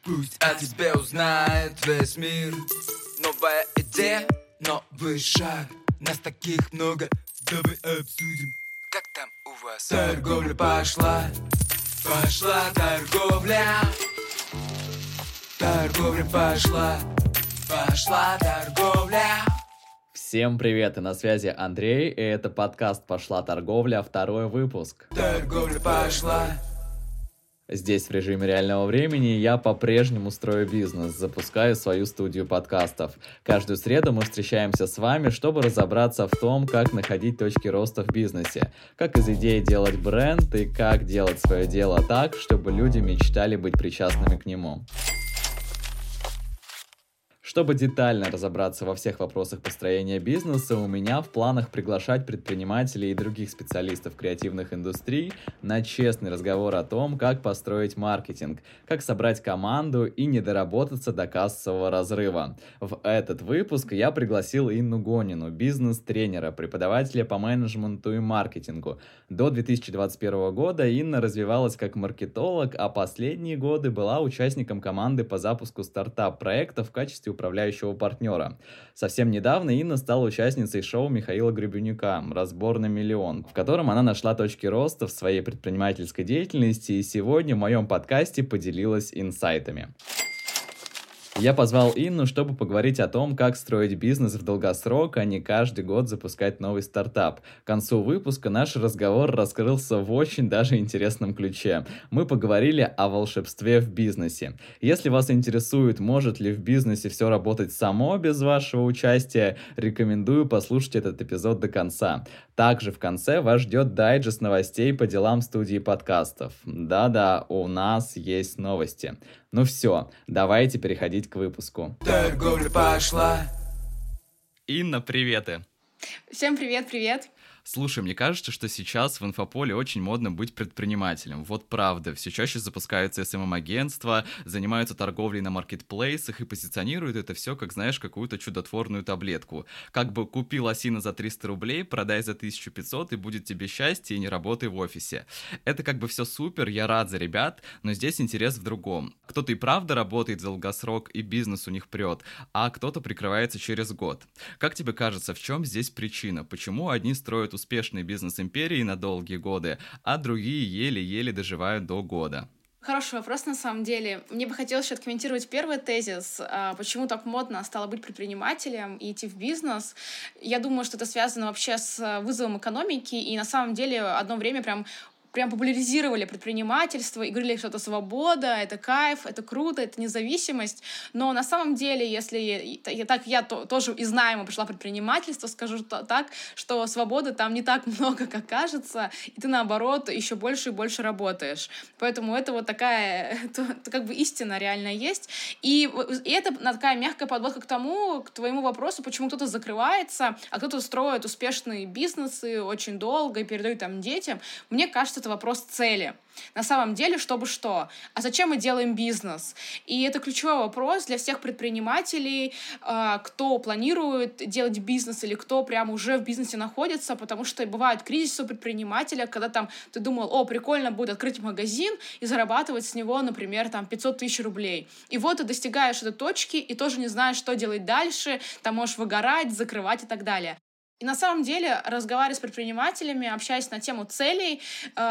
Пусть о тебе узнает весь мир. Новая идея, новый шаг. Нас таких много, давай обсудим. Как там у вас? Торговля пошла, пошла торговля. Торговля пошла, пошла торговля. Всем привет, и на связи Андрей, и это подкаст «Пошла торговля», второй выпуск. Торговля пошла. Здесь в режиме реального времени я по-прежнему строю бизнес, запускаю свою студию подкастов. Каждую среду мы встречаемся с вами, чтобы разобраться в том, как находить точки роста в бизнесе, как из идеи делать бренд и как делать свое дело так, чтобы люди мечтали быть причастными к нему. Чтобы детально разобраться во всех вопросах построения бизнеса, у меня в планах приглашать предпринимателей и других специалистов креативных индустрий на честный разговор о том, как построить маркетинг, как собрать команду и не доработаться до кассового разрыва. В этот выпуск я пригласил Инну Гонину, бизнес-тренера, преподавателя по менеджменту и маркетингу. До 2021 года Инна развивалась как маркетолог, а последние годы была участником команды по запуску стартап-проекта в качестве управляющего партнера. Совсем недавно Инна стала участницей шоу Михаила Гребенюка «Разбор на миллион», в котором она нашла точки роста в своей предпринимательской деятельности и сегодня в моем подкасте поделилась инсайтами. Я позвал Инну, чтобы поговорить о том, как строить бизнес в долгосрок, а не каждый год запускать новый стартап. К концу выпуска наш разговор раскрылся в очень даже интересном ключе. Мы поговорили о волшебстве в бизнесе. Если вас интересует, может ли в бизнесе все работать само без вашего участия, рекомендую послушать этот эпизод до конца. Также в конце вас ждет дайджест новостей по делам студии подкастов. Да-да, у нас есть новости. Ну все, давайте переходить к выпуску. Торговля пошла. Инна, привет! Всем привет! Слушай, мне кажется, что сейчас в инфополе очень модно быть предпринимателем. Вот правда, все чаще запускаются SMM-агентства, занимаются торговлей на маркетплейсах и позиционируют это все, как, знаешь, какую-то чудотворную таблетку. Как бы купи лосина за 300 рублей, продай за 1500 и будет тебе счастье, и не работай в офисе. Это как бы все супер, я рад за ребят, но здесь интерес в другом. Кто-то и правда работает в долгосрок, и бизнес у них прет, а кто-то прикрывается через год. Как тебе кажется, в чем здесь причина? Почему одни строят успешные бизнес-империи на долгие годы, а другие еле-еле доживают до года? Хороший вопрос, на самом деле. Мне бы хотелось еще откомментировать первый тезис, почему так модно стало быть предпринимателем и идти в бизнес. Я думаю, что это связано вообще с вызовом экономики, и на самом деле одно время прям популяризировали предпринимательство и говорили, что это свобода, это кайф, это круто, это независимость. Но на самом деле, если я тоже из найма пришла в предпринимательство, скажу так, что свободы там не так много, как кажется, и ты, наоборот, еще больше и больше работаешь. Поэтому это вот такая, как бы истина реально есть. И это такая мягкая подводка к твоему вопросу, почему кто-то закрывается, а кто-то строит успешные бизнесы очень долго и передает там детям. Мне кажется, это вопрос цели. На самом деле, чтобы что? А зачем мы делаем бизнес? И это ключевой вопрос для всех предпринимателей, кто планирует делать бизнес или кто прям уже в бизнесе находится, потому что бывают кризисы у предпринимателя, когда там ты думал, прикольно будет открыть магазин и зарабатывать с него, например, там 500 тысяч рублей. И вот ты достигаешь этой точки и тоже не знаешь, что делать дальше, там можешь выгорать, закрывать и так далее. И на самом деле, разговаривая с предпринимателями, общаясь на тему целей,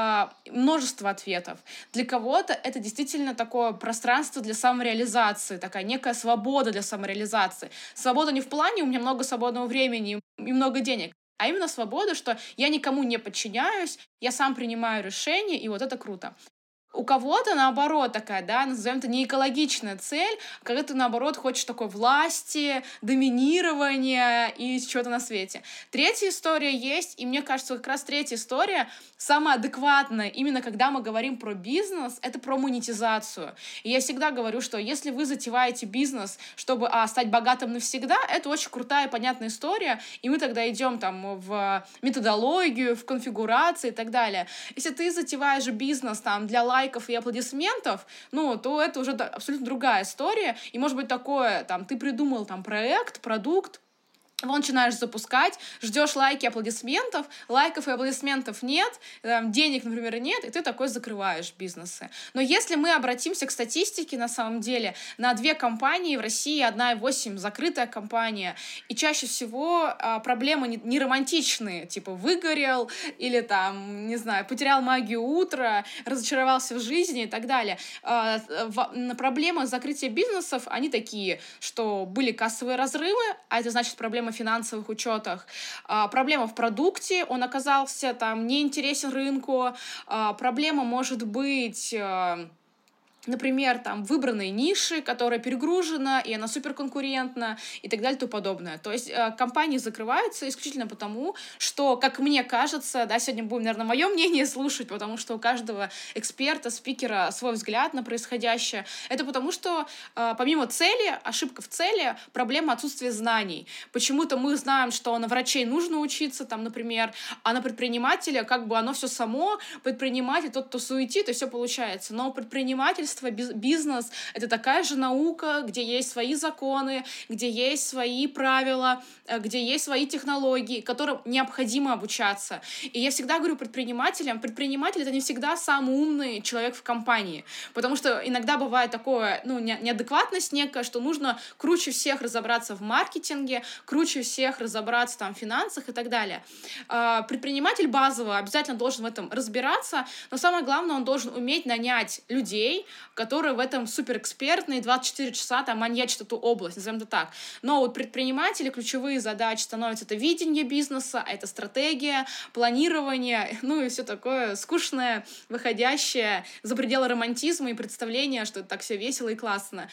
множество ответов. Для кого-то это действительно такое пространство для самореализации, такая некая свобода для самореализации. Свобода не в плане «у меня много свободного времени и много денег», а именно свобода, что я никому не подчиняюсь, я сам принимаю решения, и вот это круто. У кого-то, наоборот, такая, назовем это неэкологичная цель, когда ты, наоборот, хочешь такой власти, доминирования и чего-то на свете. Третья история есть, и мне кажется, как раз третья история самая адекватная, именно когда мы говорим про бизнес, это про монетизацию. И я всегда говорю, что если вы затеваете бизнес, чтобы стать богатым навсегда, это очень крутая и понятная история, и мы тогда идем там в методологию, в конфигурации и так далее. Если ты затеваешь бизнес там для лайков и аплодисментов, то это уже абсолютно другая история. И может быть такое, ты придумал проект, продукт, его начинаешь запускать, ждешь лайки, аплодисментов, лайков и аплодисментов нет, денег, например, нет, и ты такой закрываешь бизнесы. Но если мы обратимся к статистике, на самом деле, на 2 компании в России, 1,8 закрытая компания, и чаще всего проблемы не романтичные, типа выгорел или там, не знаю, потерял магию утра, разочаровался в жизни и так далее. Проблемы закрытия бизнесов, они такие, что были кассовые разрывы, а это значит проблема в финансовых учетах, проблема в продукте, он оказался там неинтересен рынку, проблема может быть... Например, там выбранной ниши, которая перегружена, и она суперконкурентна, и так далее, и тому подобное. То есть компании закрываются исключительно потому, что, как мне кажется, да, сегодня будем, наверное, мое мнение слушать, потому что у каждого эксперта, спикера свой взгляд на происходящее. Это потому, что помимо цели, ошибка в цели, проблема отсутствия знаний. Почему-то мы знаем, что на врачей нужно учиться, там, например, а на предпринимателя как бы оно все само, предприниматель тот, кто суетит, и все получается. Но предпринимательство, бизнес — это такая же наука, где есть свои законы, где есть свои правила, где есть свои технологии, которым необходимо обучаться. И я всегда говорю предпринимателям, предприниматель — это не всегда самый умный человек в компании, потому что иногда бывает такое, неадекватность некая, что нужно круче всех разобраться в маркетинге, круче всех разобраться там в финансах и так далее. Предприниматель базово обязательно должен в этом разбираться, но самое главное, он должен уметь нанять людей, которые в этом суперэкспертные, 24 часа там маньячат эту область, назовем это так. Но вот предприниматели, ключевые задачи становятся: это видение бизнеса, это стратегия, планирование, ну и все такое скучное, выходящее за пределы романтизма и представления, что это так все весело и классно.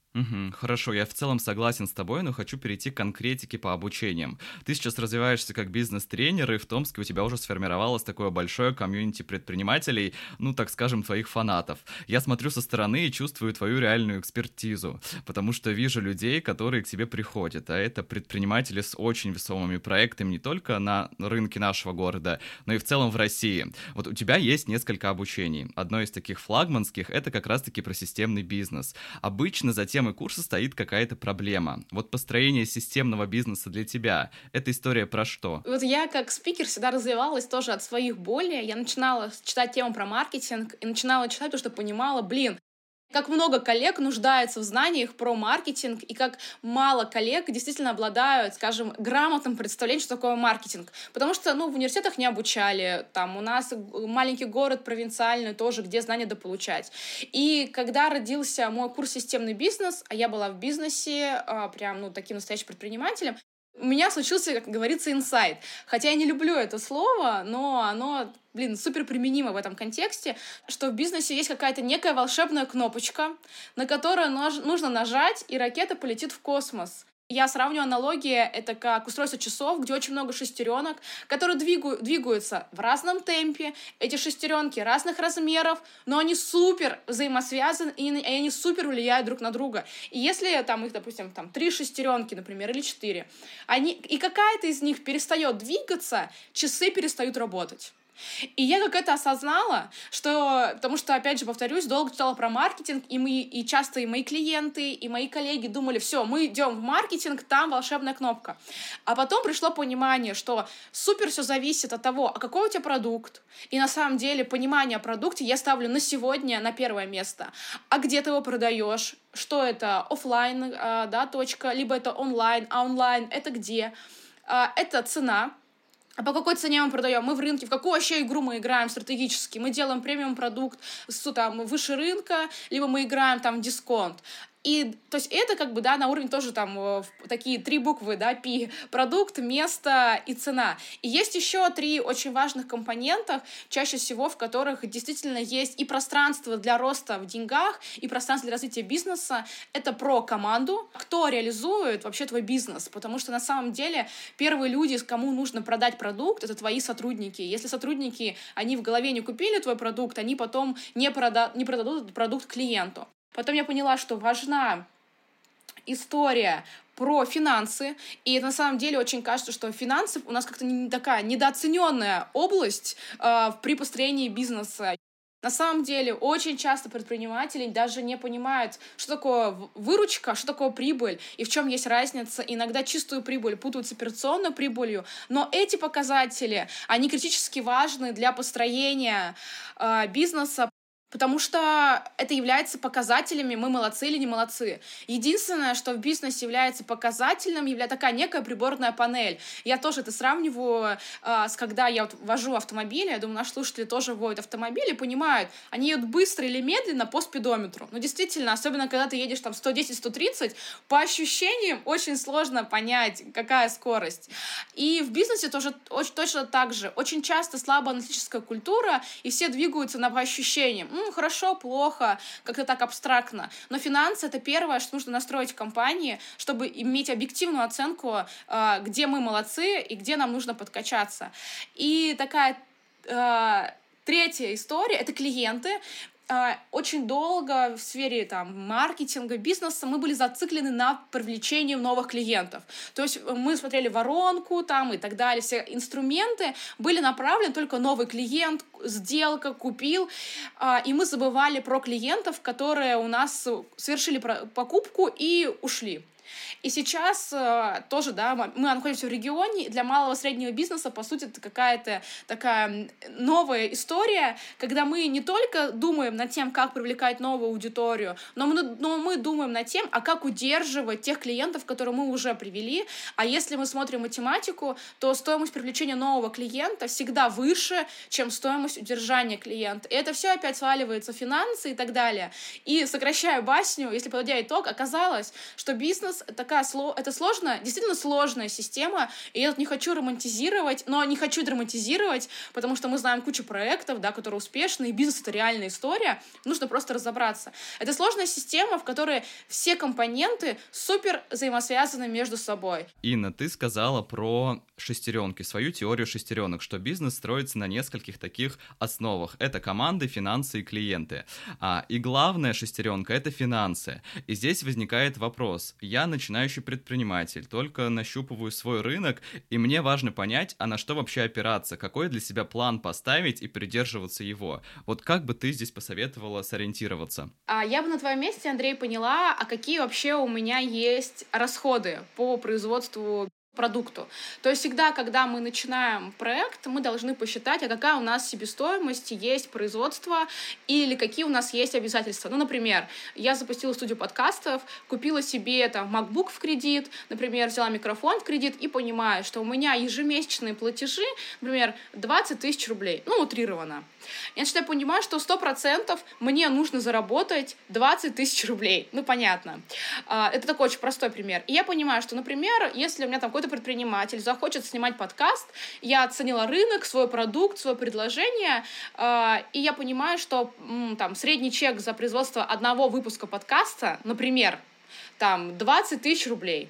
Хорошо, я в целом согласен с тобой, но хочу перейти к конкретике по обучениям. Ты сейчас развиваешься как бизнес-тренер, и в Томске у тебя уже сформировалось такое большое комьюнити предпринимателей, ну, так скажем, твоих фанатов. Я смотрю со стороны и чувствую твою реальную экспертизу, потому что вижу людей, которые к тебе приходят, а это предприниматели с очень весомыми проектами не только на рынке нашего города, но и в целом в России. Вот у тебя есть несколько обучений. Одно из таких флагманских — это как раз-таки про системный бизнес. Обычно за темой курса стоит какая-то проблема. Вот построение системного бизнеса для тебя — это история про что? Вот я как спикер всегда развивалась тоже от своих болей. Я начинала читать тему про маркетинг и начинала читать, потому что понимала, как много коллег нуждается в знаниях про маркетинг, и как мало коллег действительно обладают, скажем, грамотным представлением, что такое маркетинг. Потому что, в университетах не обучали, там у нас маленький город провинциальный тоже, где знания дополучать. И когда родился мой курс «Системный бизнес», а я была в бизнесе, таким настоящим предпринимателем, у меня случился, как говорится, инсайт. Хотя я не люблю это слово, но оно, супер применимо в этом контексте, что в бизнесе есть какая-то некая волшебная кнопочка, на которую нужно нажать, и ракета полетит в космос. Я сравниваю аналогии, это как устройство часов, где очень много шестеренок, которые двигаются в разном темпе. Эти шестеренки разных размеров, но они супер взаимосвязаны, и они супер влияют друг на друга. И если там их, допустим, 3 шестеренки, например, или 4, и какая-то из них перестает двигаться, часы перестают работать. И я как это осознала, потому что, опять же, повторюсь, долго читала про маркетинг, и часто и мои клиенты, и мои коллеги думали: все, мы идем в маркетинг, там волшебная кнопка. А потом пришло понимание, что супер все зависит от того, а какой у тебя продукт. И на самом деле понимание о продукте я ставлю на сегодня на первое место. А где ты его продаешь? Что это? Оффлайн, точка, либо это онлайн, а онлайн это где? Это цена. А по какой цене мы продаем? Мы в рынке. В какую вообще игру мы играем стратегически? Мы делаем премиум-продукт выше рынка, либо мы играем в дисконт. И, то есть, это на уровне тоже такие 3 буквы, P: продукт, место и цена. И есть еще 3 очень важных компонента, чаще всего в которых действительно есть и пространство для роста в деньгах, и пространство для развития бизнеса. Это про команду, кто реализует вообще твой бизнес, потому что на самом деле первые люди, кому нужно продать продукт, это твои сотрудники. Если сотрудники, они в голове не купили твой продукт, они потом не продадут этот продукт клиенту. Потом я поняла, что важна история про финансы, и на самом деле очень кажется, что финансы у нас как-то такая недооцененная область при построении бизнеса. На самом деле, очень часто предприниматели даже не понимают, что такое выручка, что такое прибыль и в чем есть разница. Иногда чистую прибыль путают с операционной прибылью, но эти показатели, они критически важны для построения бизнеса, потому что это является показателями, мы молодцы или не молодцы. Единственное, что в бизнесе является показательным, является такая некая приборная панель. Я тоже это сравниваю с когда я вожу автомобили. Я думаю, наши слушатели тоже водят автомобили, понимают, они едут быстро или медленно по спидометру. Но действительно, особенно когда ты едешь там 110-130, по ощущениям очень сложно понять, какая скорость. И в бизнесе тоже точно так же. Очень часто слабая аналитическая культура, и все двигаются по ощущениям. Хорошо, плохо, как-то так абстрактно. Но финансы — это первое, что нужно настроить в компании, чтобы иметь объективную оценку, где мы молодцы и где нам нужно подкачаться. И такая третья история — это клиенты. Очень долго в сфере маркетинга, бизнеса мы были зациклены на привлечении новых клиентов. То есть мы смотрели воронку и так далее. Все инструменты были направлены только новый клиент, сделка, купил. И мы забывали про клиентов, которые у нас совершили покупку и ушли. И сейчас тоже, мы находимся в регионе, и для малого и среднего бизнеса, по сути, это какая-то такая новая история, когда мы не только думаем над тем, как привлекать новую аудиторию, но мы думаем над тем, а как удерживать тех клиентов, которые мы уже привели. А если мы смотрим математику, то стоимость привлечения нового клиента всегда выше, чем стоимость удержания клиента. И это все опять сваливается в финансы и так далее. И сокращая басню, если подводя итог, оказалось, что бизнес — это сложная, действительно сложная система, и я тут не хочу романтизировать, но не хочу драматизировать, потому что мы знаем кучу проектов, которые успешны, и бизнес — это реальная история, нужно просто разобраться. Это сложная система, в которой все компоненты супер взаимосвязаны между собой. Инна, ты сказала про шестеренки, свою теорию шестеренок, что бизнес строится на нескольких таких основах. Это команды, финансы и клиенты. И главная шестеренка — это финансы. И здесь возникает вопрос. Я начинающий предприниматель, только нащупываю свой рынок, и мне важно понять, а на что вообще опираться, какой для себя план поставить и придерживаться его. Вот как бы ты здесь посоветовала сориентироваться? Я бы на твоем месте, Андрей, поняла, а какие вообще у меня есть расходы по производству продукту. То есть всегда, когда мы начинаем проект, мы должны посчитать, а какая у нас себестоимость есть производства или какие у нас есть обязательства. Например, я запустила студию подкастов, купила себе MacBook в кредит, например, взяла микрофон в кредит и понимаю, что у меня ежемесячные платежи, например, 20 тысяч рублей, утрированно. Значит, я понимаю, что 100% мне нужно заработать 20 тысяч рублей. Понятно. Это такой очень простой пример. И я понимаю, что, например, если у меня какой-то предприниматель захочет снимать подкаст, я оценила рынок, свой продукт, свое предложение, и я понимаю, что средний чек за производство одного выпуска подкаста, например, 20 тысяч рублей.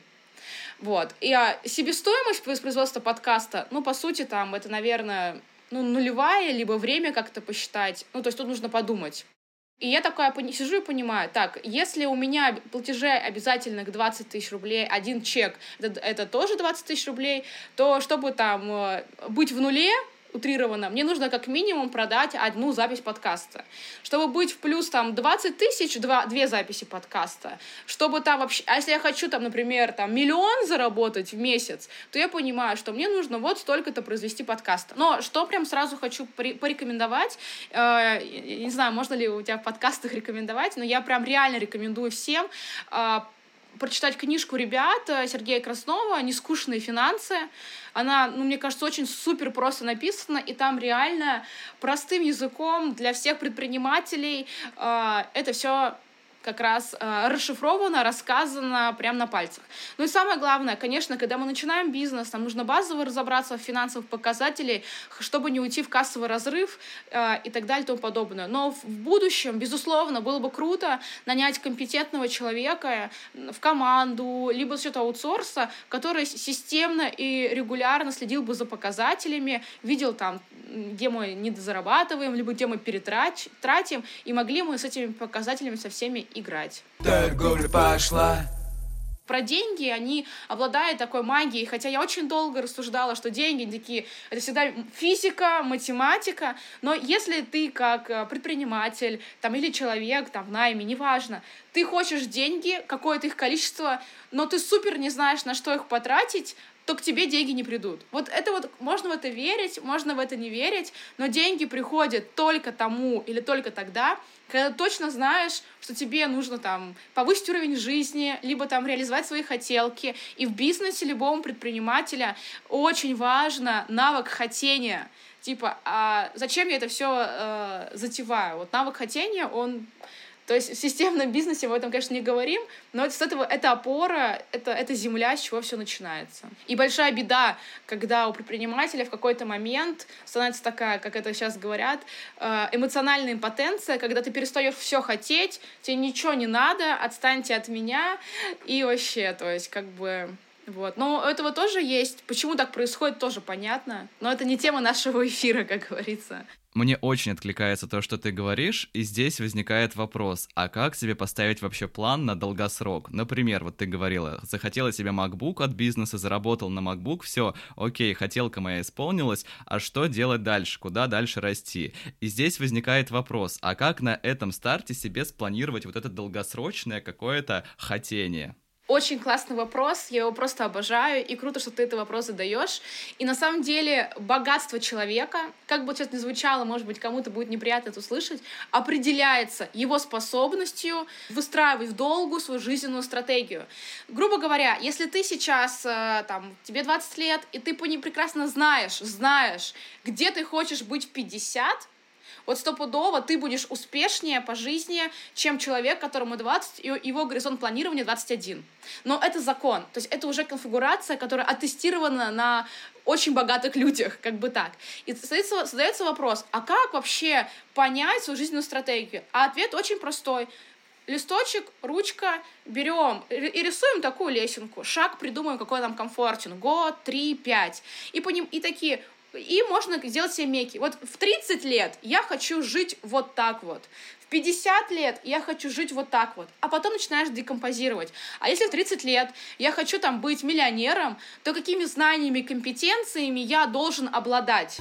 И себестоимость производства подкаста, по сути, это, наверное, нулевая, либо время как-то посчитать. То есть тут нужно подумать. И я такая сижу и понимаю, если у меня платежи обязательных 20 тысяч рублей, один чек, это тоже 20 тысяч рублей, то чтобы быть в нуле, утрированно, мне нужно как минимум продать одну запись подкаста. Чтобы быть в плюс 20 тысяч, две записи подкаста. Чтобы вообще... А если я хочу, например, 1 миллион заработать в месяц, то я понимаю, что мне нужно вот столько-то произвести подкаста. Но что прям сразу хочу порекомендовать, не знаю, можно ли у тебя в подкастах рекомендовать, но я прям реально рекомендую всем прочитать книжку ребят Сергея Краснова «Нескучные финансы». Она, мне кажется, очень супер просто написана, и там реально простым языком для всех предпринимателей это все как раз расшифровано, рассказано прямо на пальцах. И самое главное, конечно, когда мы начинаем бизнес, нам нужно базово разобраться в финансовых показателях, чтобы не уйти в кассовый разрыв и так далее и тому подобное. Но в будущем, безусловно, было бы круто нанять компетентного человека в команду, либо за счет аутсорса, который системно и регулярно следил бы за показателями, видел где мы недозарабатываем, либо где мы перетратим, и могли мы с этими показателями со всеми играть. Торговля пошла, Про деньги, они обладают такой магией, хотя я очень долго рассуждала, что деньги такие, это всегда физика, математика, но если ты как предприниматель там, или человек там, в найме, неважно, ты хочешь деньги, какое-то их количество, но ты супер не знаешь, на что их потратить, то к тебе деньги не придут. Вот это вот, можно в это верить, можно в это не верить, но деньги приходят только тому или только тогда, когда ты точно знаешь, что тебе нужно там повысить уровень жизни, либо там реализовать свои хотелки. И в бизнесе любого предпринимателя очень важно навык хотения. Типа, а зачем я это все затеваю? Вот навык хотения, он... То есть в системном бизнесе мы об этом, конечно, не говорим, но с этого это опора, это земля, с чего все начинается. И большая беда, когда у предпринимателя в какой-то момент становится такая, как это сейчас говорят, эмоциональная импотенция, когда ты перестаешь все хотеть, тебе ничего не надо, отстаньте от меня, и вообще, то есть как бы... Вот. Но у этого тоже есть. Почему так происходит, тоже понятно. Но это не тема нашего эфира, как говорится. Мне очень откликается то, что ты говоришь, и здесь возникает вопрос, а как себе поставить вообще план на долгосрок? Например, вот ты говорила, захотела себе MacBook от бизнеса, заработал на MacBook, все, окей, хотелка моя исполнилась, а что делать дальше, куда дальше расти? И здесь возникает вопрос, а как на этом старте себе спланировать вот это долгосрочное какое-то хотение? Очень классный вопрос, я его просто обожаю, и круто, что ты этот вопрос задаешь. И на самом деле богатство человека, как бы сейчас ни звучало, может быть, кому-то будет неприятно это услышать, определяется его способностью выстраивать в долгу свою жизненную стратегию. Грубо говоря, если ты сейчас, там, тебе 20 лет, и ты прекрасно знаешь, где ты хочешь быть в 50, вот стопудово ты будешь успешнее по жизни, чем человек, которому 20, и его горизонт планирования 21. Но это закон, то есть это уже конфигурация, которая оттестирована на очень богатых людях, как бы так. И задается вопрос, а как вообще понять свою жизненную стратегию? А ответ очень простой. Листочек, ручка, берем и рисуем такую лесенку. Шаг придумаем, какой нам комфортен. Год, 3, 5. И такие... И можно сделать себе меки. Вот в 30 лет я хочу жить вот так вот. В 50 лет я хочу жить вот так вот. А потом начинаешь декомпозировать. А если в 30 лет я хочу там быть миллионером, то какими знаниями и компетенциями я должен обладать?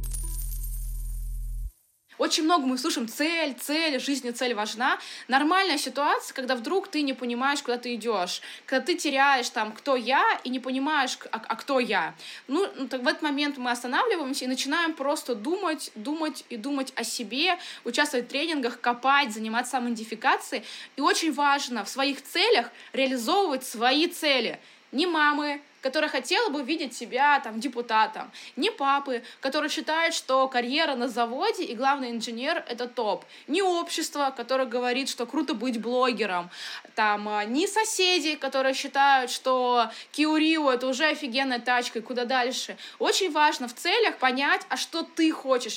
Очень много мы слушаем цель, жизни цель важна. Нормальная ситуация, когда вдруг ты не понимаешь, куда ты идешь, когда ты теряешь там, кто я, и не понимаешь, кто я. Так в этот момент мы останавливаемся и начинаем просто думать о себе, участвовать в тренингах, копать, заниматься самоидентификацией. И очень важно в своих целях реализовывать свои цели. Не мамы, которая хотела бы видеть себя там депутатом, не папы, который считает, что карьера на заводе и главный инженер — это топ, не общество, которое говорит, что круто быть блогером, там, не соседи, которые считают, что Kia Rio — это уже офигенная тачка, и куда дальше. Очень важно в целях понять, а что ты хочешь.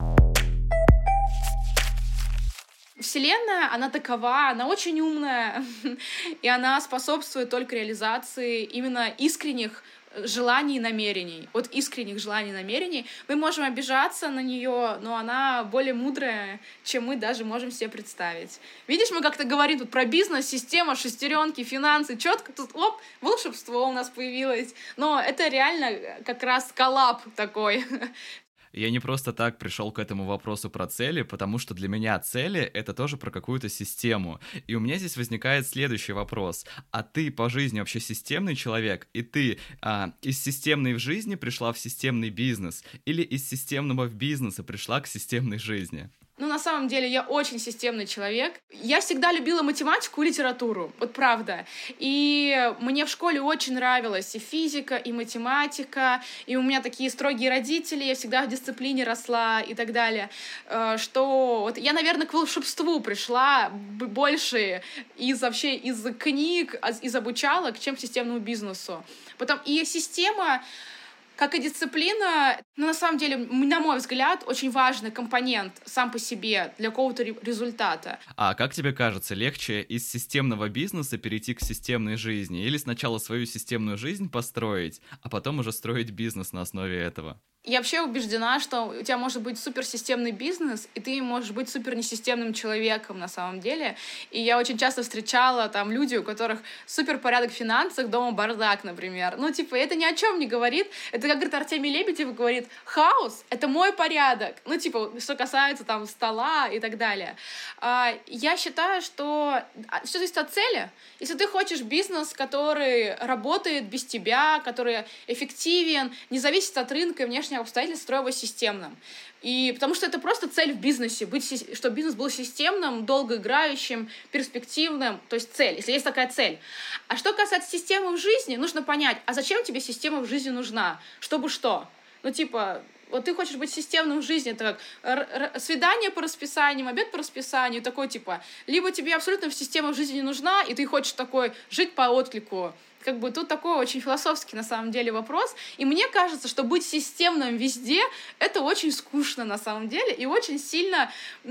Вселенная, она такова, она очень умная, и она способствует только реализации именно искренних желаний и намерений. От искренних желаний и намерений мы можем обижаться на нее, но она более мудрая, чем мы даже можем себе представить. Видишь, мы как-то говорим тут про бизнес, система, шестеренки, финансы, четко тут, волшебство у нас появилось. Но это реально как раз коллаб такой. Я не просто так пришел к этому вопросу про цели, потому что для меня цели — это тоже про какую-то систему. И у меня здесь возникает следующий вопрос. А ты по жизни вообще системный человек? И ты из системной в жизни пришла в системный бизнес? Или из системного в бизнес и пришла к системной жизни? На самом деле, я очень системный человек. Я всегда любила математику и литературу, вот правда. И мне в школе очень нравилась и физика, и математика, и у меня такие строгие родители, я всегда в дисциплине росла и так далее. Что вот я, наверное, к волшебству пришла больше из книг, из обучалок, чем к системному бизнесу. И система, как и дисциплина, на самом деле, на мой взгляд, очень важный компонент сам по себе для какого-то результата. А как тебе кажется, легче из системного бизнеса перейти к системной жизни? Или сначала свою системную жизнь построить, а потом уже строить бизнес на основе этого? Я вообще убеждена, что у тебя может быть суперсистемный бизнес, и ты можешь быть супер несистемным человеком на самом деле. И я очень часто встречала там люди, у которых супер порядок в финансах, дома бардак, например. Ну, типа, это ни о чем не говорит. Это, как говорит Артемий Лебедев, говорит, хаос — это мой порядок. Ну, типа, что касается там стола и так далее. Я считаю, что все зависит от цели. Если ты хочешь бизнес, который работает без тебя, который эффективен, не зависит от рынка и внешних обстоятельств, строй его системным. И потому что это просто цель в бизнесе, чтобы бизнес был системным, долгоиграющим, перспективным, то есть цель, если есть такая цель. А что касается системы в жизни, нужно понять, а зачем тебе система в жизни нужна? Чтобы что? Ну, типа, вот ты хочешь быть системным в жизни, это как свидание по расписанию, обед по расписанию, такой типа, либо тебе абсолютно система в жизни не нужна, и ты хочешь такой жить по отклику. Как бы тут такой очень философский на самом деле вопрос. И мне кажется, что быть системным везде — это очень скучно на самом деле, и очень сильно,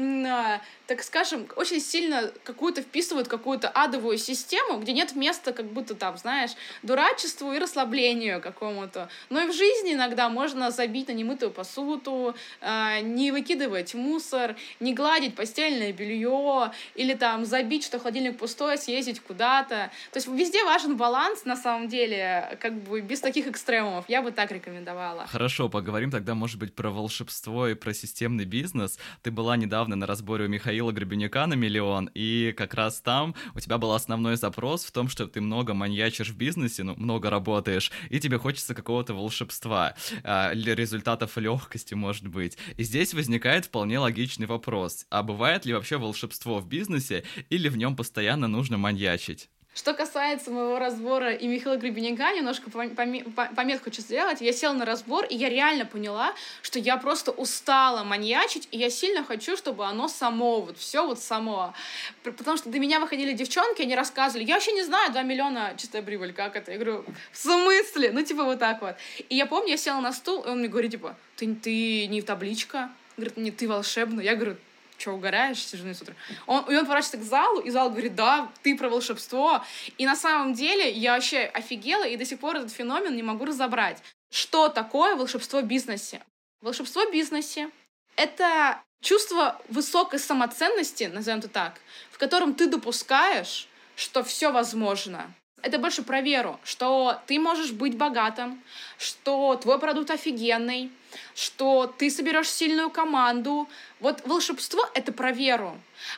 так скажем, очень сильно вписывают какую-то адовую систему, где нет места как будто там, знаешь, дурачеству и расслаблению какому-то. Но и в жизни иногда можно забить на немытую посуду, не выкидывать мусор, не гладить постельное белье, или там забить, что холодильник пустой, съездить куда-то. То есть везде важен баланс, на самом деле, как бы без таких экстремумов. Я бы так рекомендовала. Хорошо, поговорим тогда, может быть, про волшебство и про системный бизнес. Ты была недавно на разборе у Михаила Гребенюка на «Миллион», и как раз там у тебя был основной запрос в том, что ты много маньячишь в бизнесе, много работаешь, и тебе хочется какого-то волшебства, или результатов легкости, может быть. И здесь возникает вполне логичный вопрос. А бывает ли вообще волшебство в бизнесе, или в нем постоянно нужно маньячить? Что касается моего разбора и Михаила Гребенюка, немножко пометку хочу сделать. Я села на разбор, и я реально поняла, что я просто устала маньячить, и я сильно хочу, чтобы оно само, все само. Потому что до меня выходили девчонки, они рассказывали, я вообще не знаю, 2 миллиона чистая прибыль, как это? Я говорю, в смысле? Ну, типа вот так вот. И я помню, я села на стул, и он мне говорит, типа, ты не табличка? Говорит, мне ты волшебная. Я говорю, что, угораешь, сижу с утра? Он поворачивается к залу, и зал говорит, да, ты про волшебство. И на самом деле я вообще офигела, и до сих пор этот феномен не могу разобрать. Что такое волшебство в бизнесе? Волшебство в бизнесе — это чувство высокой самоценности, назовем это так, в котором ты допускаешь, что все возможно. Это больше про веру, что ты можешь быть богатым, что твой продукт офигенный, что ты соберешь сильную команду. Вот волшебство — это про веру.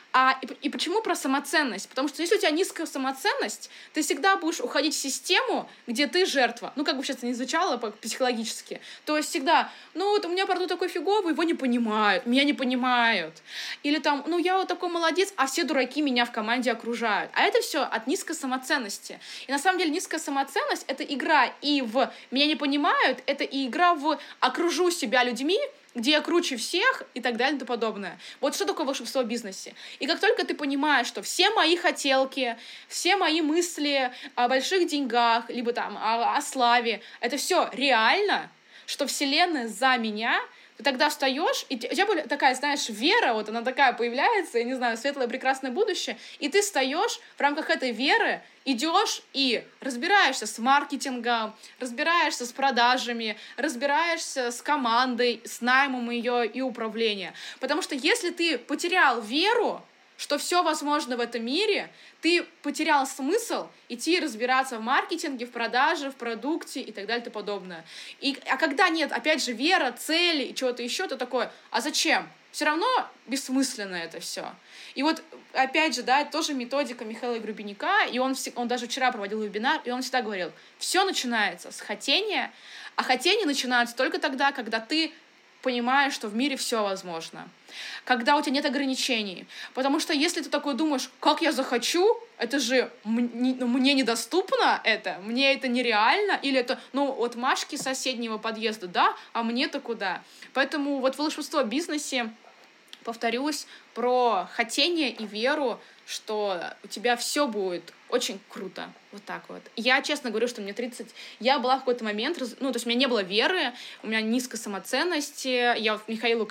И почему про самоценность? Потому что если у тебя низкая самоценность, ты всегда будешь уходить в систему, где ты жертва. Ну, как бы сейчас это ни звучало психологически. То есть всегда, вот у меня продукт такой фиговый, его не понимают, меня не понимают. Или там, я вот такой молодец, а все дураки меня в команде окружают. А это все от низкой самоценности. И на самом деле низкая самоценность — это игра и в «меня не понимают», это и игра в «окружу себя людьми», где я круче всех и так далее и тому подобное. Вот что такое волшебство в бизнесе. И как только ты понимаешь, что все мои хотелки, все мои мысли о больших деньгах, либо там о славе, это все реально, что вселенная за меня, ты тогда встаешь, и у тебя такая, знаешь, вера, вот она такая появляется, я не знаю, светлое прекрасное будущее, и ты встаешь в рамках этой веры, идешь и разбираешься с маркетингом, разбираешься с продажами, разбираешься с командой, с наймом ее и управлением. Потому что если ты потерял веру, что все возможно в этом мире, ты потерял смысл идти разбираться в маркетинге, в продаже, в продукте и так далее и тому подобное. А когда нет, опять же, вера, цели и чего-то еще, то такое, а зачем? Все равно бессмысленно это все. И вот, опять же, да, это тоже методика Михаила Гребенюка, и он даже вчера проводил вебинар, и он всегда говорил, все начинается с хотения, а хотение начинается только тогда, когда ты понимаешь, что в мире все возможно. Когда у тебя нет ограничений. Потому что если ты такой думаешь, как я захочу, это же мне недоступно это, мне это нереально, или это, вот Машке соседнего подъезда, да, а мне-то куда? Поэтому вот волшебство в бизнесе, повторюсь, про хотение и веру, что у тебя все будет очень круто. Вот так вот. Я честно говорю, что мне 30... Я была в какой-то момент... то есть у меня не было веры, у меня низкая самоценность, я в Михаилу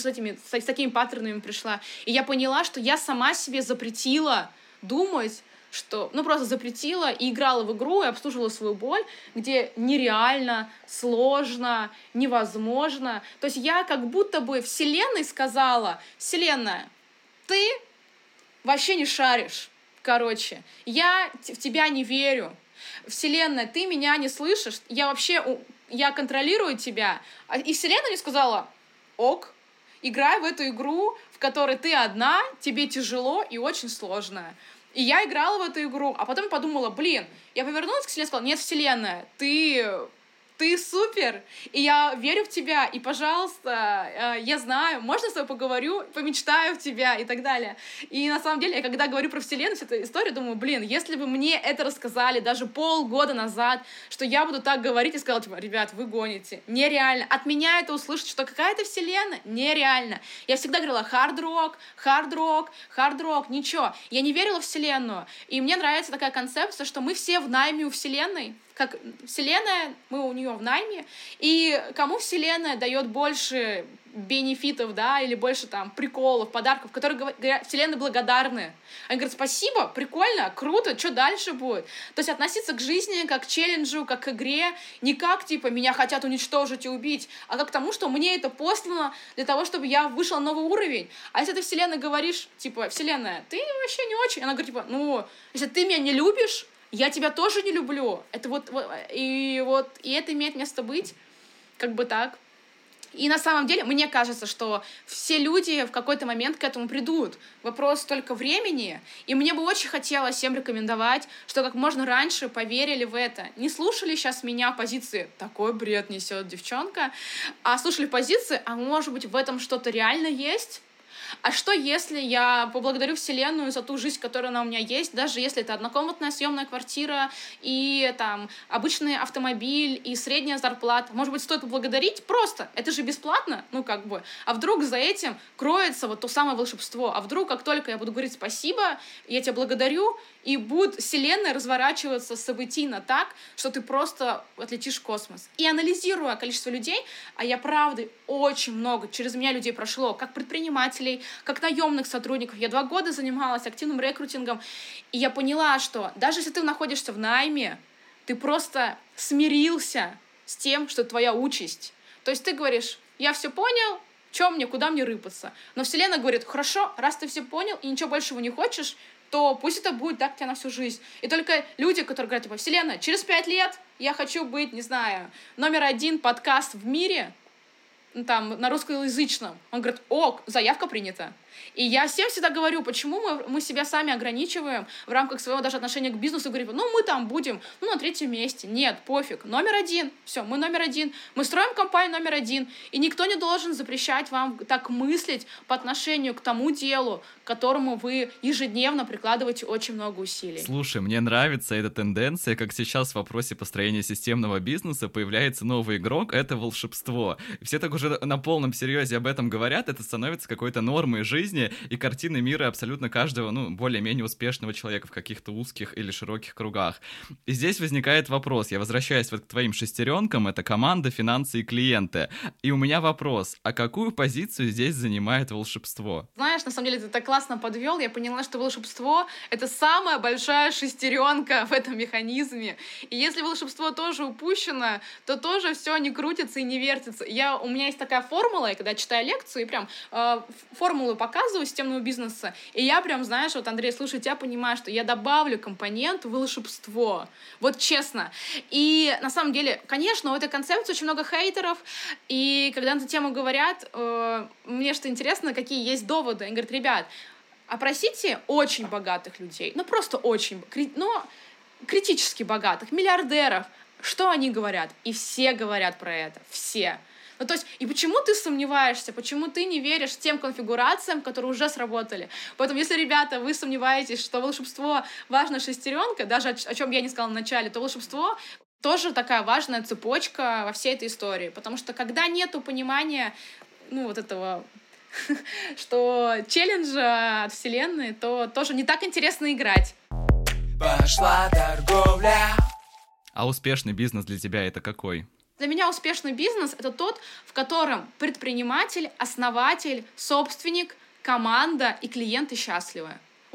с такими паттернами пришла. И я поняла, что я сама себе запретила думать, что, ну, просто запретила и играла в игру и обслуживала свою боль, где нереально, сложно, невозможно. То есть я как будто бы Вселенной сказала: Вселенная, ты вообще не шаришь, короче, я в тебя не верю. Вселенная, ты меня не слышишь, я контролирую тебя. И Вселенная мне сказала: ок, играй в эту игру, в которой ты одна, тебе тяжело и очень сложно. И я играла в эту игру, а потом подумала: я повернулась к Вселенной и сказала: нет, Вселенная, ты супер, и я верю в тебя, и, пожалуйста, я знаю, можно с тобой поговорю, помечтаю в тебя и так далее. И на самом деле, я когда говорю про Вселенную, эту историю, думаю, если бы мне это рассказали даже полгода назад, что я буду так говорить, и сказала, типа, ребят, вы гоните, нереально. От меня это услышать, что какая-то Вселенная, нереально. Я всегда говорила: хард-рок, ничего. Я не верила в Вселенную. И мне нравится такая концепция, что мы все в найме у Вселенной, как Вселенная, мы у нее в найме, и кому Вселенная дает больше бенефитов, да, или больше там приколов, подарков, которые говорят, Вселенной благодарны. Они говорят: спасибо, прикольно, круто, что дальше будет? То есть относиться к жизни как к челленджу, как к игре, не как, типа, меня хотят уничтожить и убить, а как к тому, что мне это послано для того, чтобы я вышел на новый уровень. А если ты Вселенной говоришь, типа: Вселенная, ты вообще не очень, она говорит, типа, если ты меня не любишь, я тебя тоже не люблю. Это и это имеет место быть, как бы так. И на самом деле, мне кажется, что все люди в какой-то момент к этому придут. Вопрос только времени. И мне бы очень хотелось всем рекомендовать, что как можно раньше поверили в это. Не слушали сейчас меня позиции «такой бред несет девчонка», а слушали позиции «а может быть в этом что-то реально есть?» А что, если я поблагодарю Вселенную за ту жизнь, которая она у меня есть, даже если это однокомнатная съемная квартира и там обычный автомобиль и средняя зарплата? Может быть, стоит поблагодарить просто? Это же бесплатно, А вдруг за этим кроется вот то самое волшебство? А вдруг, как только я буду говорить спасибо, я тебя благодарю, и будет Вселенная разворачиваться событийно так, что ты просто отлетишь в космос. И анализируя количество людей, а я, правда, очень много через меня людей прошло, как предпринимателей, как наемных сотрудников. Я 2 года занималась активным рекрутингом, и я поняла, что даже если ты находишься в найме, ты просто смирился с тем, что твоя участь. То есть ты говоришь: я все понял, что мне, куда мне рыпаться? Но Вселенная говорит: хорошо, раз ты все понял и ничего большего не хочешь, то пусть это будет так у тебя на всю жизнь. И только люди, которые говорят, типа: Вселенная, через 5 лет я хочу быть, не знаю, номер 1 подкаст в мире, там, на русскоязычном. Он говорит: ок, заявка принята. И я всем всегда говорю, почему мы себя сами ограничиваем в рамках своего даже отношения к бизнесу, говорим: мы там будем, на 3-м месте. Нет, пофиг, номер 1. Все, мы номер 1. Мы строим компанию номер 1. И никто не должен запрещать вам так мыслить по отношению к тому делу, к которому вы ежедневно прикладываете очень много усилий. Слушай, мне нравится эта тенденция, как сейчас в вопросе построения системного бизнеса появляется новый игрок — это волшебство. И все так уже на полном серьезе об этом говорят, это становится какой-то нормой жизни и картины мира абсолютно каждого, более-менее успешного человека в каких-то узких или широких кругах. И здесь возникает вопрос, я возвращаюсь вот к твоим шестеренкам, это команда, финансы и клиенты. И у меня вопрос, а какую позицию здесь занимает волшебство? Знаешь, на самом деле ты так классно подвел, я поняла, что волшебство — это самая большая шестеренка в этом механизме. И если волшебство тоже упущено, то тоже все не крутится и не вертится. У меня есть такая формула, я когда читаю лекцию, и прям формулу показываю системного бизнеса, и я прям, знаешь, вот, Андрей, слушай, я понимаю, что я добавлю компонент волшебство. Вот честно. И на самом деле, конечно, у этой концепции очень много хейтеров, и когда на эту тему говорят, мне что интересно, какие есть доводы. Они говорят: ребят, опросите очень богатых людей, просто очень, критически богатых, миллиардеров. Что они говорят? И все говорят про это. Все. То есть, и почему ты сомневаешься, почему ты не веришь тем конфигурациям, которые уже сработали? Поэтому, если, ребята, вы сомневаетесь, что волшебство важная шестеренка, даже о чем я не сказала в начале, то волшебство тоже такая важная цепочка во всей этой истории. Потому что когда нету понимания, этого, что челленджа от Вселенной, то тоже не так интересно играть. Пошла торговля. А успешный бизнес для тебя это какой? Для меня успешный бизнес — это тот, в котором предприниматель, основатель, собственник, команда и клиенты счастливы.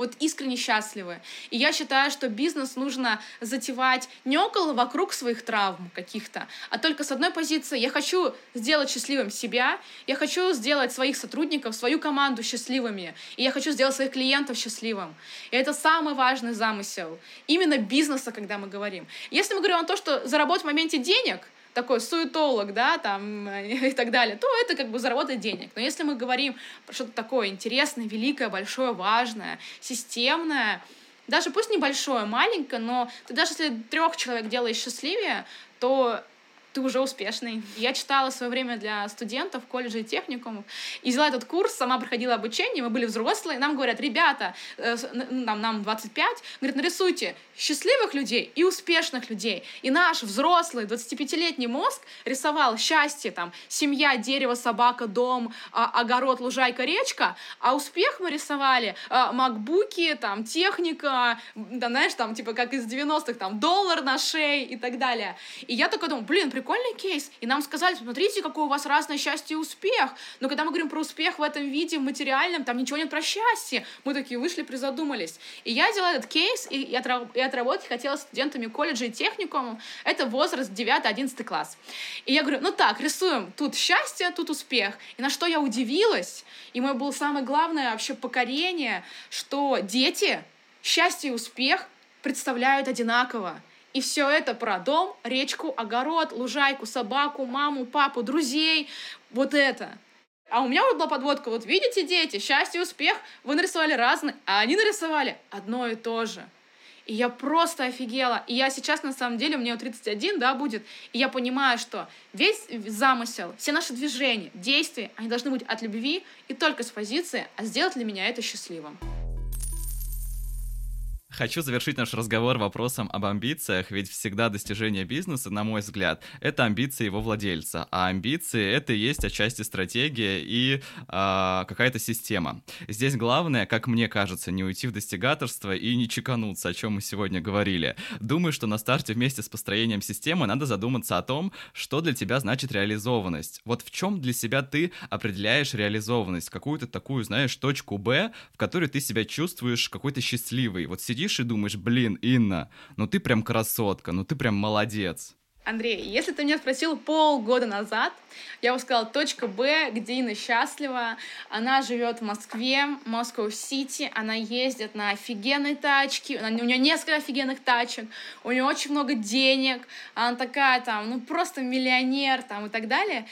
вот искренне счастливы. И я считаю, что бизнес нужно затевать не вокруг своих травм каких-то, а только с одной позиции. Я хочу сделать счастливым себя, я хочу сделать своих сотрудников, свою команду счастливыми, и я хочу сделать своих клиентов счастливым. И это самый важный замысел именно бизнеса, когда мы говорим. Если мы говорим о том, что заработать в моменте денег, такой суетолог, да, там, и так далее, то это как бы заработать денег. Но если мы говорим про что-то такое интересное, великое, большое, важное, системное, даже пусть небольшое, маленькое, но ты даже если 3 человек делаешь счастливее, то ты уже успешный. Я читала в свое время для студентов колледжа и техникумов, и взяла этот курс, сама проходила обучение, мы были взрослые, нам говорят, ребята, нам 25, говорят, нарисуйте счастливых людей и успешных людей. И наш взрослый 25-летний мозг рисовал счастье, там, семья, дерево, собака, дом, огород, лужайка, речка, а успех мы рисовали макбуки, там, техника, да, знаешь, там, типа, как из 90-х, там, доллар на шее и так далее. И я такой думаю, прикольный кейс. И нам сказали, смотрите, какое у вас разное счастье и успех. Но когда мы говорим про успех в этом виде, в материальном, там ничего нет про счастье. Мы такие вышли, призадумались. И я делала этот кейс, и отработать хотела с студентами колледжа и техникума. Это возраст 9-11 класс. И я говорю, ну так, рисуем тут счастье, тут успех. И на что я удивилась, и мое было самое главное вообще покорение, что дети счастье и успех представляют одинаково. И все это про дом, речку, огород, лужайку, собаку, маму, папу, друзей. Вот это. А у меня вот была подводка. Вот видите, дети, счастье и успех вы нарисовали разные, а они нарисовали одно и то же. И я просто офигела. И я сейчас, на самом деле, мне 31, да, будет. И я понимаю, что весь замысел, все наши движения, действия, они должны быть от любви и только с позиции, а сделать для меня это счастливым. Хочу завершить наш разговор вопросом об амбициях, ведь всегда достижение бизнеса, на мой взгляд, это амбиции его владельца, а амбиции — это и есть отчасти стратегия и какая-то система. Здесь главное, как мне кажется, не уйти в достигаторство и не чекануться, о чем мы сегодня говорили. Думаю, что на старте вместе с построением системы надо задуматься о том, что для тебя значит реализованность. Вот в чем для себя ты определяешь реализованность, какую-то такую, знаешь, точку Б, в которой ты себя чувствуешь какой-то счастливый. Вот сидишь и думаешь, блин, Инна, ну ты прям красотка, ну ты прям молодец. Андрей, если ты меня спросил полгода назад, я бы сказала, точка Б, где Инна счастлива, она живет в Москве, Москва-Сити, она ездит на офигенной тачке, у нее несколько офигенных тачек, у нее очень много денег, она такая там, ну просто миллионер там и так далее.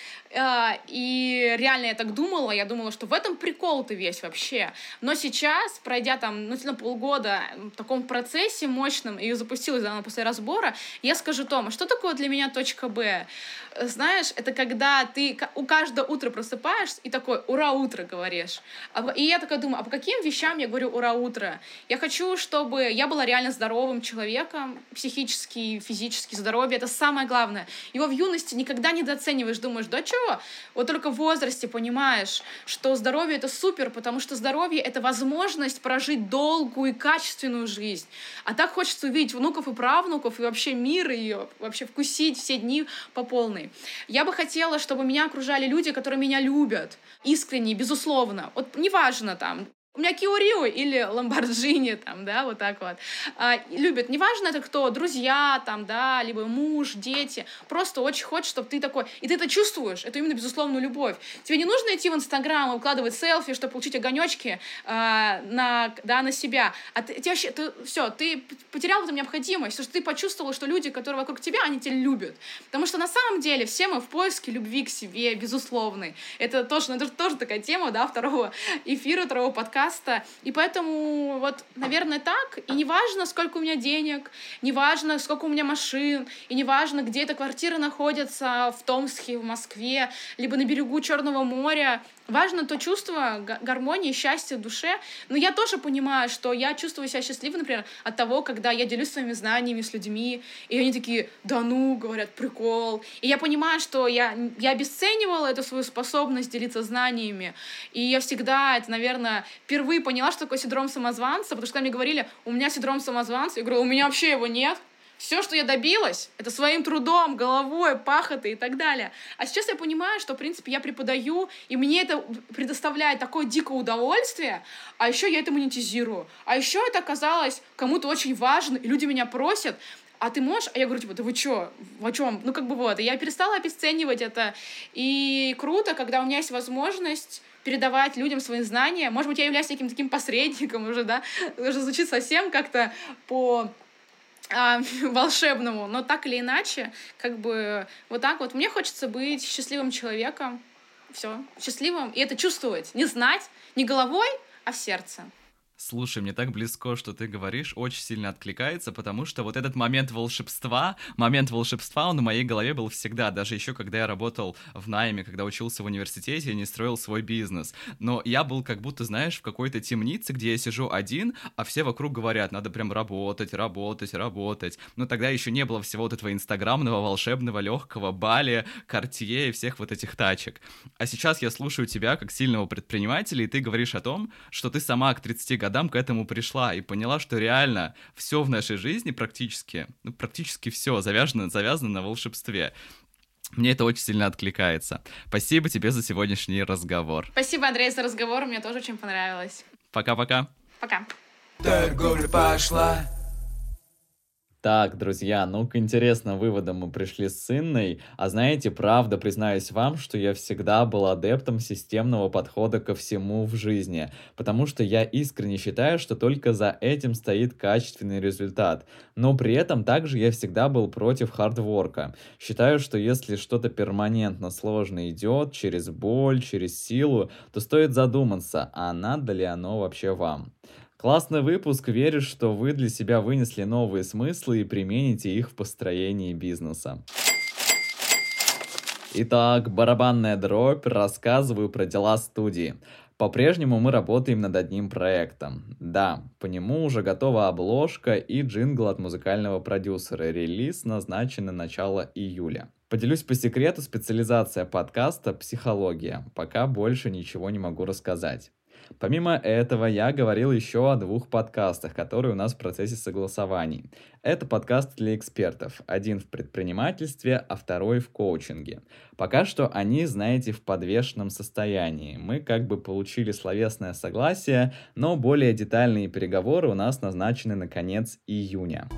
И реально я так думала, я думала, что в этом прикол-то весь вообще. Но сейчас, пройдя там, ну, полгода в таком процессе мощном, и запустилась она после разбора, я скажу, Тома, что такое для меня точка Б? Знаешь, это когда ты у каждого утра просыпаешься и такой «Ура, утро!» говоришь. И я такая думаю, а по каким вещам я говорю «Ура, утро»? Я хочу, чтобы я была реально здоровым человеком, психически, физически здоровье. Это самое главное. Его в юности никогда недооцениваешь, думаешь, да чего? Вот только в возрасте понимаешь, что здоровье — это супер, потому что здоровье — это возможность прожить долгую и качественную жизнь. А так хочется увидеть внуков и правнуков, и вообще мир, и вообще вкусить все дни по полной. Я бы хотела, чтобы меня окружали люди, которые меня любят, искренне, безусловно. Вот неважно там, у меня Kia Rio или Lamborghini, там, да, вот так вот. Любят. Неважно это кто, друзья, там, да, либо муж, дети. Просто очень хочет, чтобы ты такой... И ты это чувствуешь, это именно безусловную любовь. Тебе не нужно идти в Инстаграм и укладывать селфи, чтобы получить огонечки на себя. А ты потерял в этом необходимость, потому что ты почувствовал, что люди, которые вокруг тебя, они тебя любят. Потому что на самом деле все мы в поиске любви к себе, безусловной. Это тоже такая тема, да, второго эфира, второго подкаста. И поэтому вот, наверное, так. И не важно, сколько у меня денег, не важно, сколько у меня машин, и не важно, где эта квартира находится, в Томске, в Москве, либо на берегу Черного моря. Важно то чувство гармонии, счастья в душе. Но я тоже понимаю, что я чувствую себя счастливой, например, от того, когда я делюсь своими знаниями с людьми, и они такие, да ну, говорят, прикол. И я понимаю, что я обесценивала эту свою способность делиться знаниями. И я всегда, это, наверное, впервые поняла, что такое синдром самозванца, потому что когда мне говорили, у меня синдром самозванца, я говорю, у меня вообще его нет. Все, что я добилась, это своим трудом, головой, пахотой и так далее. А сейчас я понимаю, что, в принципе, я преподаю, и мне это предоставляет такое дикое удовольствие, а еще я это монетизирую. А еще это оказалось кому-то очень важно, и люди меня просят, а ты можешь? А я говорю, типа, да вы чё? О чем? Ну, как бы вот. И я перестала обесценивать это. И круто, когда у меня есть возможность передавать людям свои знания. Может быть, я являюсь неким таким посредником уже, да? Уже звучит совсем как-то по волшебному, но так или иначе, как бы вот так вот. Мне хочется быть счастливым человеком. Все, счастливым. И это чувствовать. Не знать, не головой, а в сердце. Слушай, мне так близко, что ты говоришь, очень сильно откликается, потому что вот этот момент волшебства, он в моей голове был всегда, даже еще когда я работал в найме, когда учился в университете, я не строил свой бизнес. Но я был как будто, знаешь, в какой-то темнице, где я сижу один, а все вокруг говорят, надо прям работать. Но тогда еще не было всего вот этого инстаграмного, волшебного, легкого, Бали, Картье и всех вот этих тачек. А сейчас я слушаю тебя как сильного предпринимателя, и ты говоришь о том, что ты сама к 30 годам к этому пришла и поняла, что реально все в нашей жизни практически все завязано на волшебстве. Мне это очень сильно откликается. Спасибо тебе за сегодняшний разговор. Спасибо, Андрей, за разговор. Мне тоже очень понравилось. Пока-пока. Пока. Торговля пошла. Так, друзья, к интересным выводам мы пришли с Инной. А знаете, правда, признаюсь вам, что я всегда был адептом системного подхода ко всему в жизни, потому что я искренне считаю, что только за этим стоит качественный результат. Но при этом также я всегда был против хардворка. Считаю, что если что-то перманентно сложно идет, через боль, через силу, то стоит задуматься, а надо ли оно вообще вам. Классный выпуск, верю, что вы для себя вынесли новые смыслы и примените их в построении бизнеса. Итак, барабанная дробь, рассказываю про дела студии. По-прежнему мы работаем над одним проектом. Да, по нему уже готова обложка и джингл от музыкального продюсера. Релиз назначен на начало июля. Поделюсь по секрету, специализация подкаста «Психология». Пока больше ничего не могу рассказать. Помимо этого, я говорил еще о 2 подкастах, которые у нас в процессе согласований. Это подкаст для экспертов. Один в предпринимательстве, а второй в коучинге. Пока что они, знаете, в подвешенном состоянии. Мы как бы получили словесное согласие, но более детальные переговоры у нас назначены на конец июня.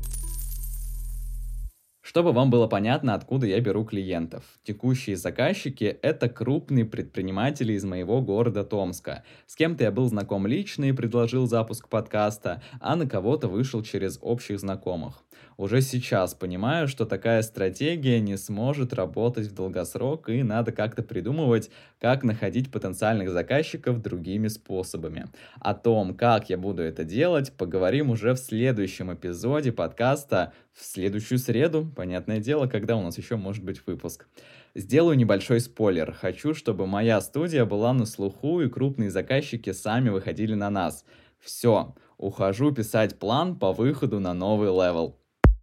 Чтобы вам было понятно, откуда я беру клиентов. Текущие заказчики – это крупные предприниматели из моего города Томска. С кем-то я был знаком лично и предложил запуск подкаста, а на кого-то вышел через общих знакомых. Уже сейчас понимаю, что такая стратегия не сможет работать в долгосрок, и надо как-то придумывать, как находить потенциальных заказчиков другими способами. О том, как я буду это делать, поговорим уже в следующем эпизоде подкаста в следующую среду. Понятное дело, когда у нас еще может быть выпуск. Сделаю небольшой спойлер. Хочу, чтобы моя студия была на слуху и крупные заказчики сами выходили на нас. Все, ухожу писать план по выходу на новый левел.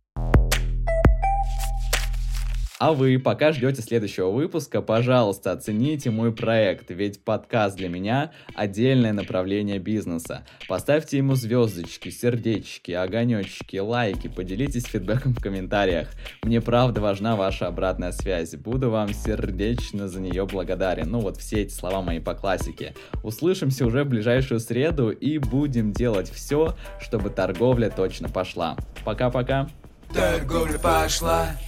А вы, пока ждете следующего выпуска, пожалуйста, оцените мой проект, ведь подкаст для меня – отдельное направление бизнеса. Поставьте ему звездочки, сердечки, огонечки, лайки, поделитесь фидбэком в комментариях. Мне правда важна ваша обратная связь, буду вам сердечно за нее благодарен. Все эти слова мои по классике. Услышимся уже в ближайшую среду и будем делать все, чтобы торговля точно пошла. Пока-пока. Торговля пошла.